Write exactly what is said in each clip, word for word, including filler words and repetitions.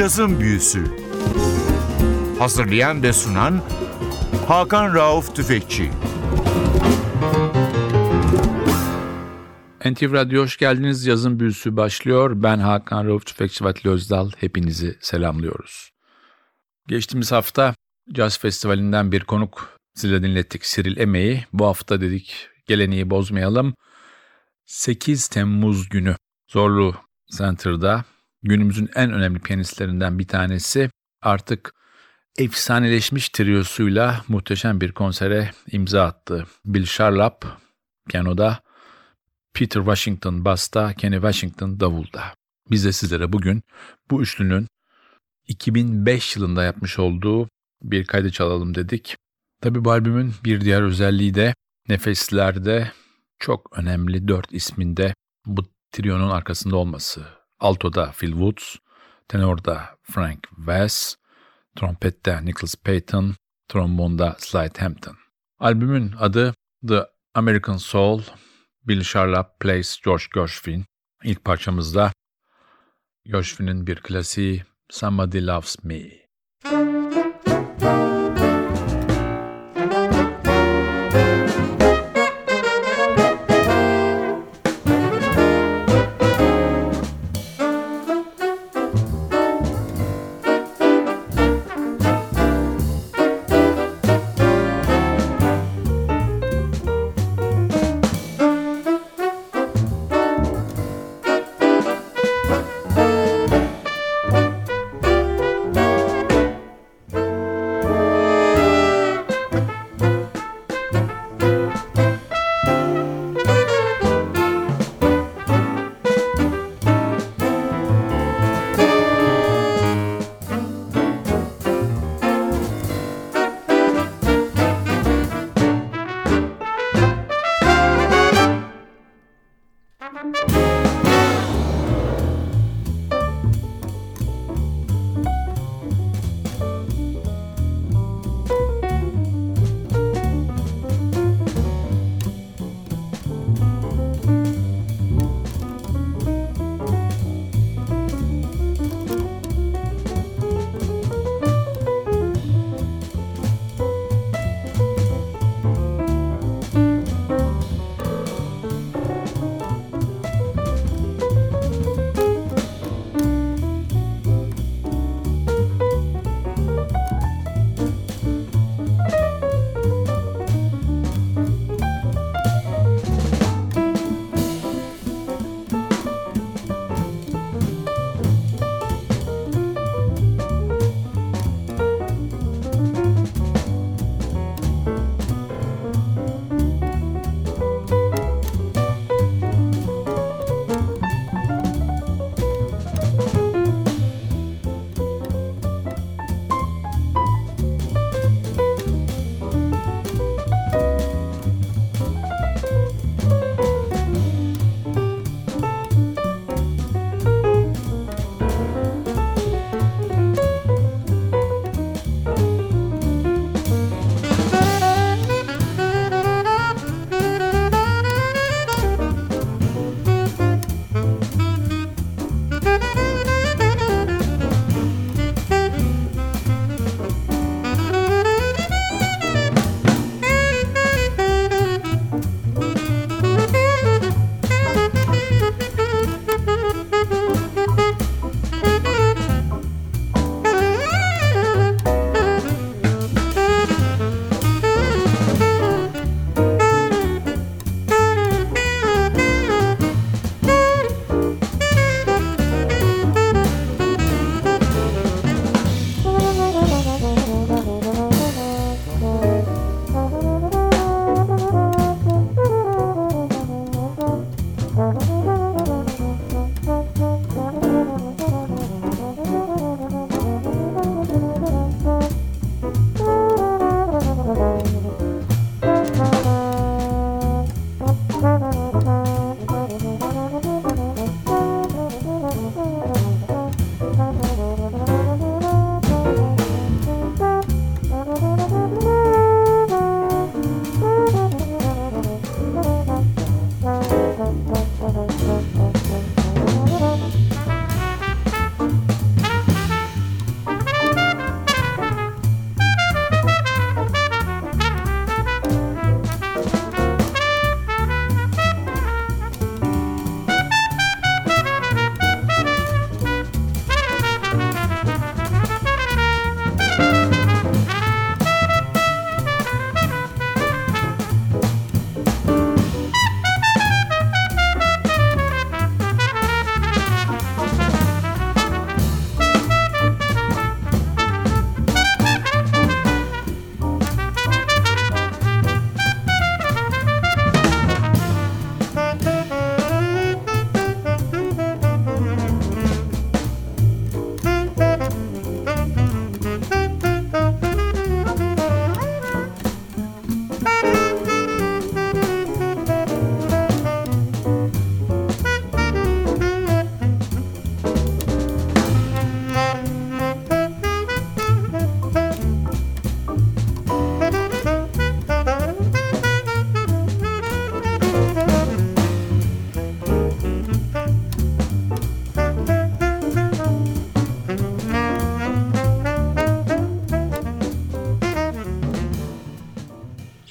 Cazın Büyüsü. Hazırlayan ve sunan Hakan Rauf Tüfekçi. N T V Radyo hoş geldiniz. Cazın Büyüsü başlıyor. Ben Hakan Rauf Tüfekçi ve Atli Özdal. Hepinizi selamlıyoruz. Geçtiğimiz hafta Caz Festivali'nden bir konuk size dinlettik. Cyril Eme'yi. Bu hafta dedik geleneği bozmayalım. sekiz Temmuz günü Zorlu Center'da günümüzün en önemli piyanistlerinden bir tanesi artık efsaneleşmiş triyosuyla muhteşem bir konsere imza attı. Bill Charlap piyanoda, Peter Washington basta, Kenny Washington davulda. Biz de sizlere bugün bu üçlünün iki bin beş yılında yapmış olduğu bir kaydı çalalım dedik. Tabii bu albümün bir diğer özelliği de nefeslerde çok önemli dört isminde bu triyonun arkasında olması. Alto'da Phil Woods, tenorda Frank West, trompette Nicholas Payton, trombonda Slide Hampton. Albümün adı The American Soul, Bill Charlap Plays George Gershwin. İlk parçamızda Gershwin'in bir klasiği Somebody Loves Me.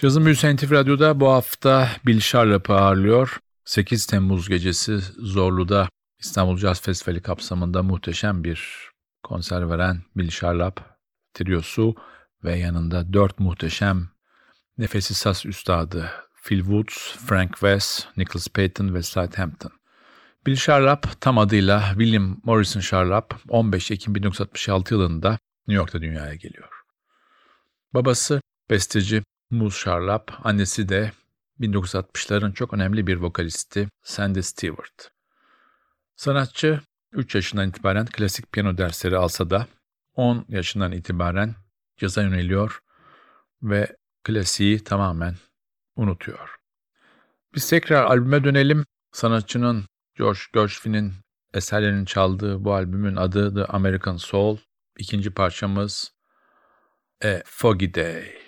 Cazın Büyüsü N T V Radyo'da bu hafta Bill Charlap'ı ağırlıyor. sekiz Temmuz gecesi Zorlu'da İstanbul Caz Festivali kapsamında muhteşem bir konser veren Bill Charlap Triosu ve yanında dört muhteşem nefesi saz üstadı Phil Woods, Frank West, Nicholas Payton ve Slide Hampton. Bill Charlap tam adıyla William Morrison Charlap on beş Ekim bin dokuz yüz altmış altı yılında New York'ta dünyaya geliyor. Babası besteci Moose Charlap, annesi de bin dokuz yüz altmışların çok önemli bir vokalisti Sandy Stewart. Sanatçı üç yaşından itibaren klasik piyano dersleri alsa da on yaşından itibaren caza yöneliyor ve klasiği tamamen unutuyor. Biz tekrar albüme dönelim. Sanatçının George Gershwin'in eserlerinin çaldığı bu albümün adı The American Soul. İkinci parçamız A Foggy Day.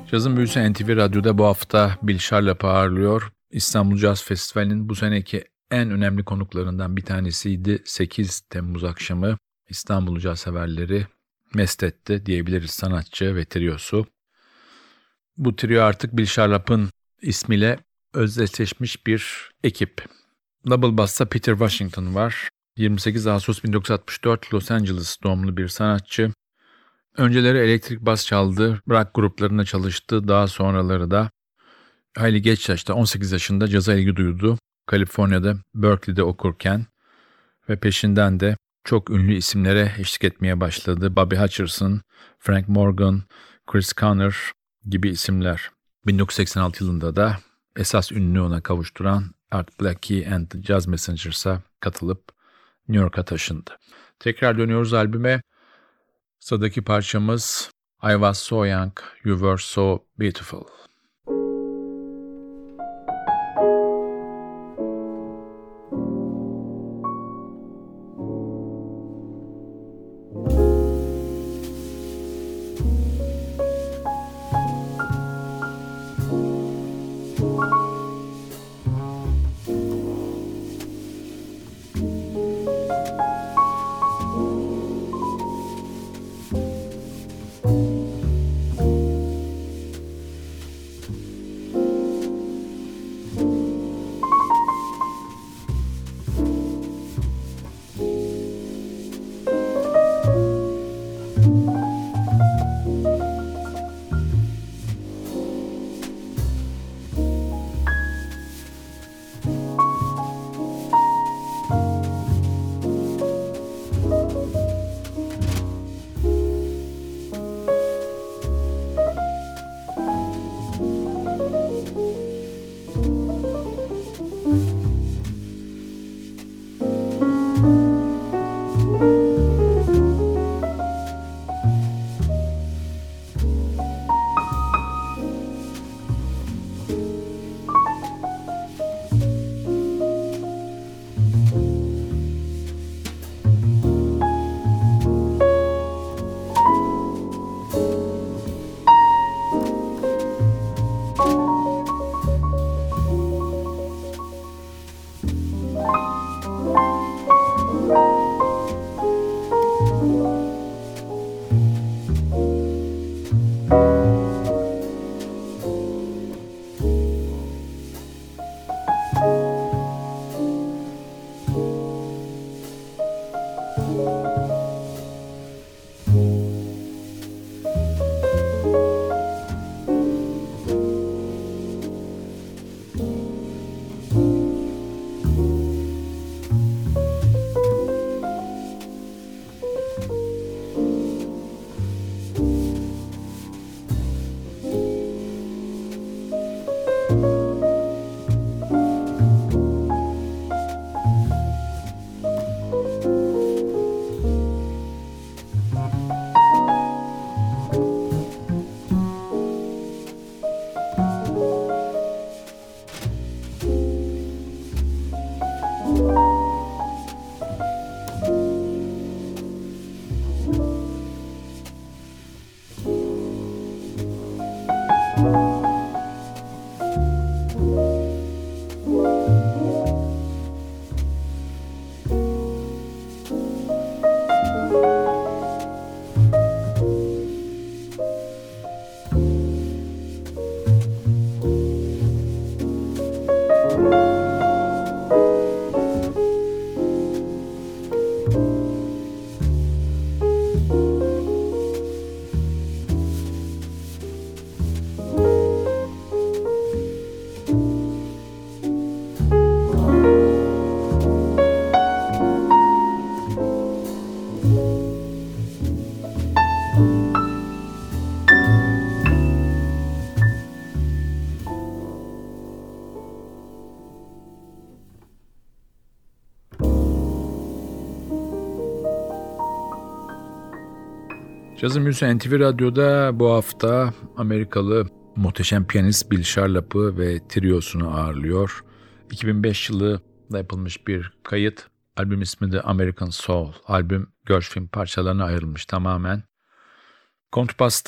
Cazın büyüsü N T V Radyo'da bu hafta Bill Charlap'ı ağırlıyor. İstanbul Jazz Festivali'nin bu seneki en önemli konuklarından bir tanesiydi. sekiz Temmuz akşamı İstanbul Caz severleri mest etti diyebiliriz, sanatçı ve triosu. Bu trio artık Bill Charlap'ın ismiyle özdeşleşmiş bir ekip. Double Bass'ta Peter Washington var. yirmi sekiz Ağustos bin dokuz yüz altmış dört Los Angeles doğumlu bir sanatçı. Önceleri elektrik bas çaldı, rock gruplarında çalıştı. Daha sonraları da hayli geç yaşta on sekiz yaşında caza ilgi duydu. Kaliforniya'da Berkeley'de okurken ve peşinden de çok ünlü isimlere eşlik etmeye başladı. Bobby Hutcherson, Frank Morgan, Chris Conner gibi isimler. bin dokuz yüz seksen altı yılında da esas ünlü ona kavuşturan Art Blakey and the Jazz Messengers'a katılıp New York'a taşındı. Tekrar dönüyoruz albüme. Sıradaki parçamız I Was So Young, You Were So Beautiful. Cazın Büyüsü N T V Radyo'da bu hafta Amerikalı muhteşem piyanist Bill Charlap'ı ve triosunu ağırlıyor. iki bin beş yılında yapılmış bir kayıt. Albüm ismi de American Soul. Albüm Gershwin parçalarına ayrılmış tamamen. Kontrbasta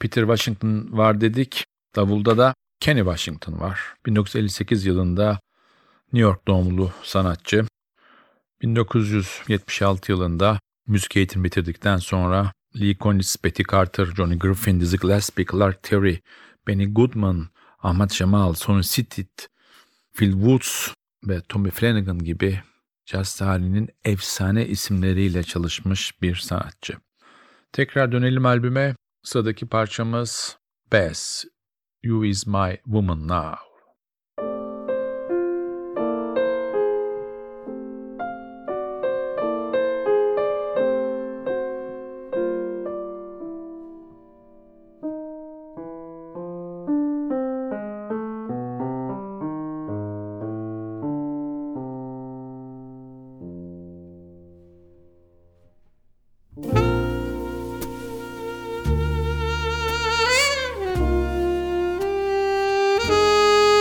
Peter Washington var dedik. Davulda da Kenny Washington var. bin dokuz yüz elli sekiz yılında New York doğumlu sanatçı. bin dokuz yüz yetmiş altı yılında müzik eğitimi bitirdikten sonra Lee Konitz, Betty Carter, Johnny Griffin, Dizzy Gillespie, Clark Terry, Benny Goodman, Ahmad Jamal, Sonny Stitt, Phil Woods ve Tommy Flanagan gibi caz tarihinin efsane isimleriyle çalışmış bir sanatçı. Tekrar dönelim albüme. Sıradaki parçamız Bess, You Is My Woman Now. Thank you.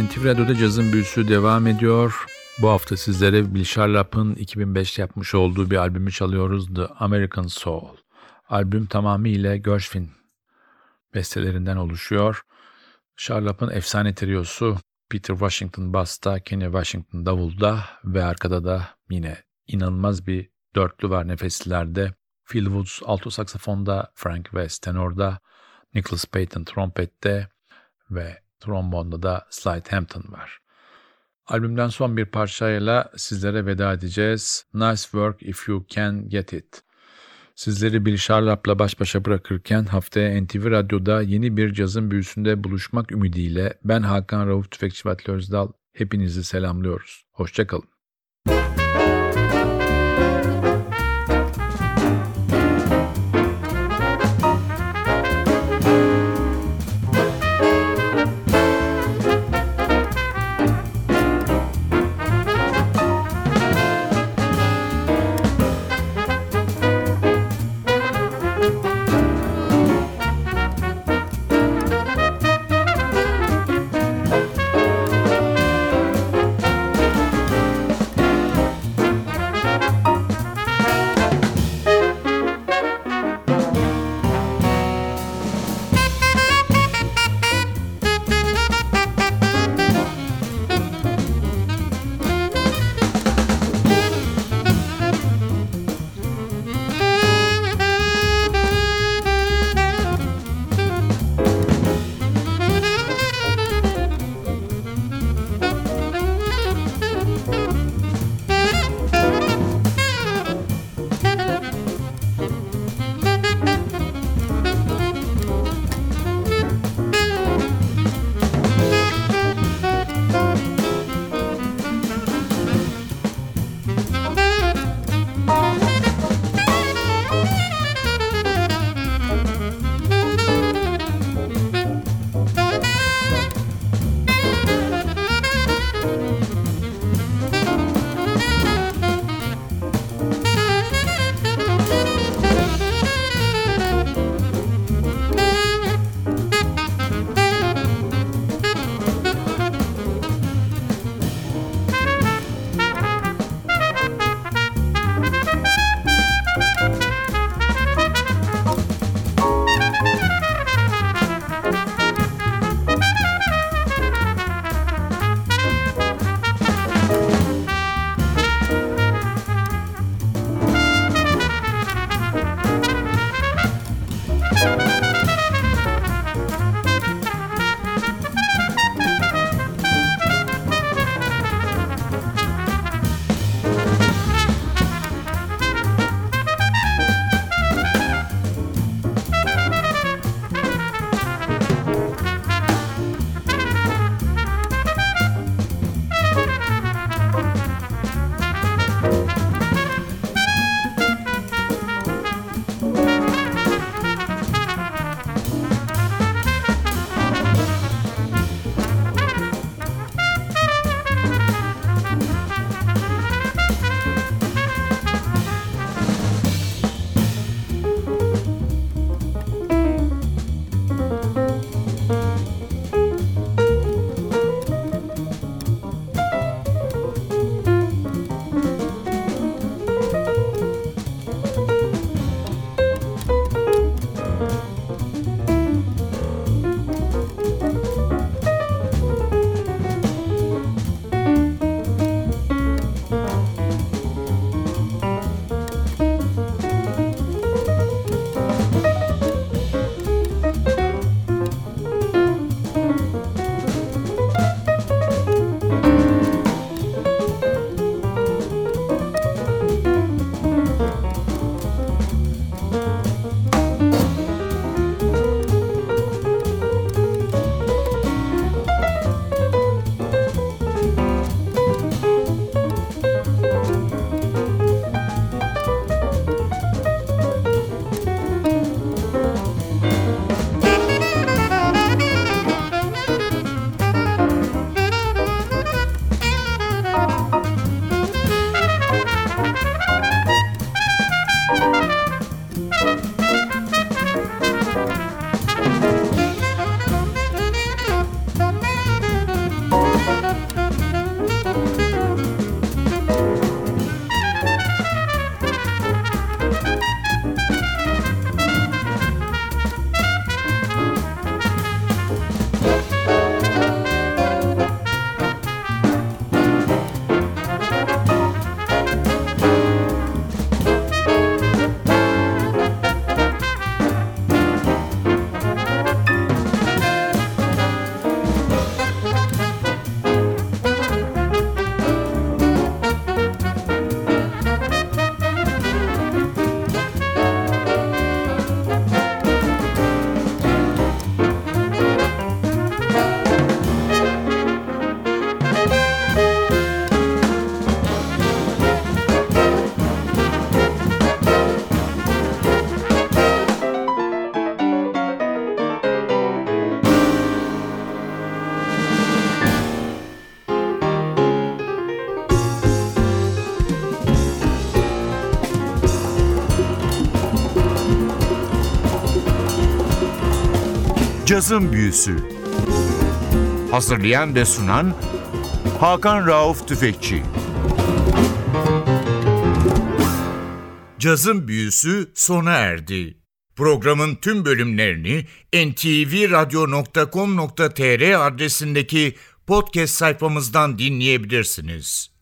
N T V Radyo'da cazın büyüsü devam ediyor. Bu hafta sizlere Bill Charlap'ın iki bin beşte yapmış olduğu bir albümü çalıyoruz. The American Soul. Albüm tamamıyla Gershwin bestelerinden oluşuyor. Charlap'ın efsane triosu Peter Washington basta, Kenny Washington davulda ve arkada da yine inanılmaz bir dörtlü var nefeslilerde. Phil Woods alto saksafonda, Frank West tenorda, Nicholas Payton trompette ve trombonda da Slide Hampton var. Albümden son bir parçayla sizlere veda edeceğiz. Nice Work If You Can Get It. Sizleri Bill Charlap'la baş başa bırakırken haftaya N T V Radyo'da yeni bir cazın büyüsünde buluşmak ümidiyle ben Hakan Rauf Tüfekçi Vatli Özdal hepinizi selamlıyoruz. Hoşça kalın. Cazın Büyüsü. Hazırlayan ve sunan Hakan Rauf Tüfekçi. Cazın Büyüsü sona erdi. Programın tüm bölümlerini en te ve radyo nokta com nokta te er adresindeki podcast sayfamızdan dinleyebilirsiniz.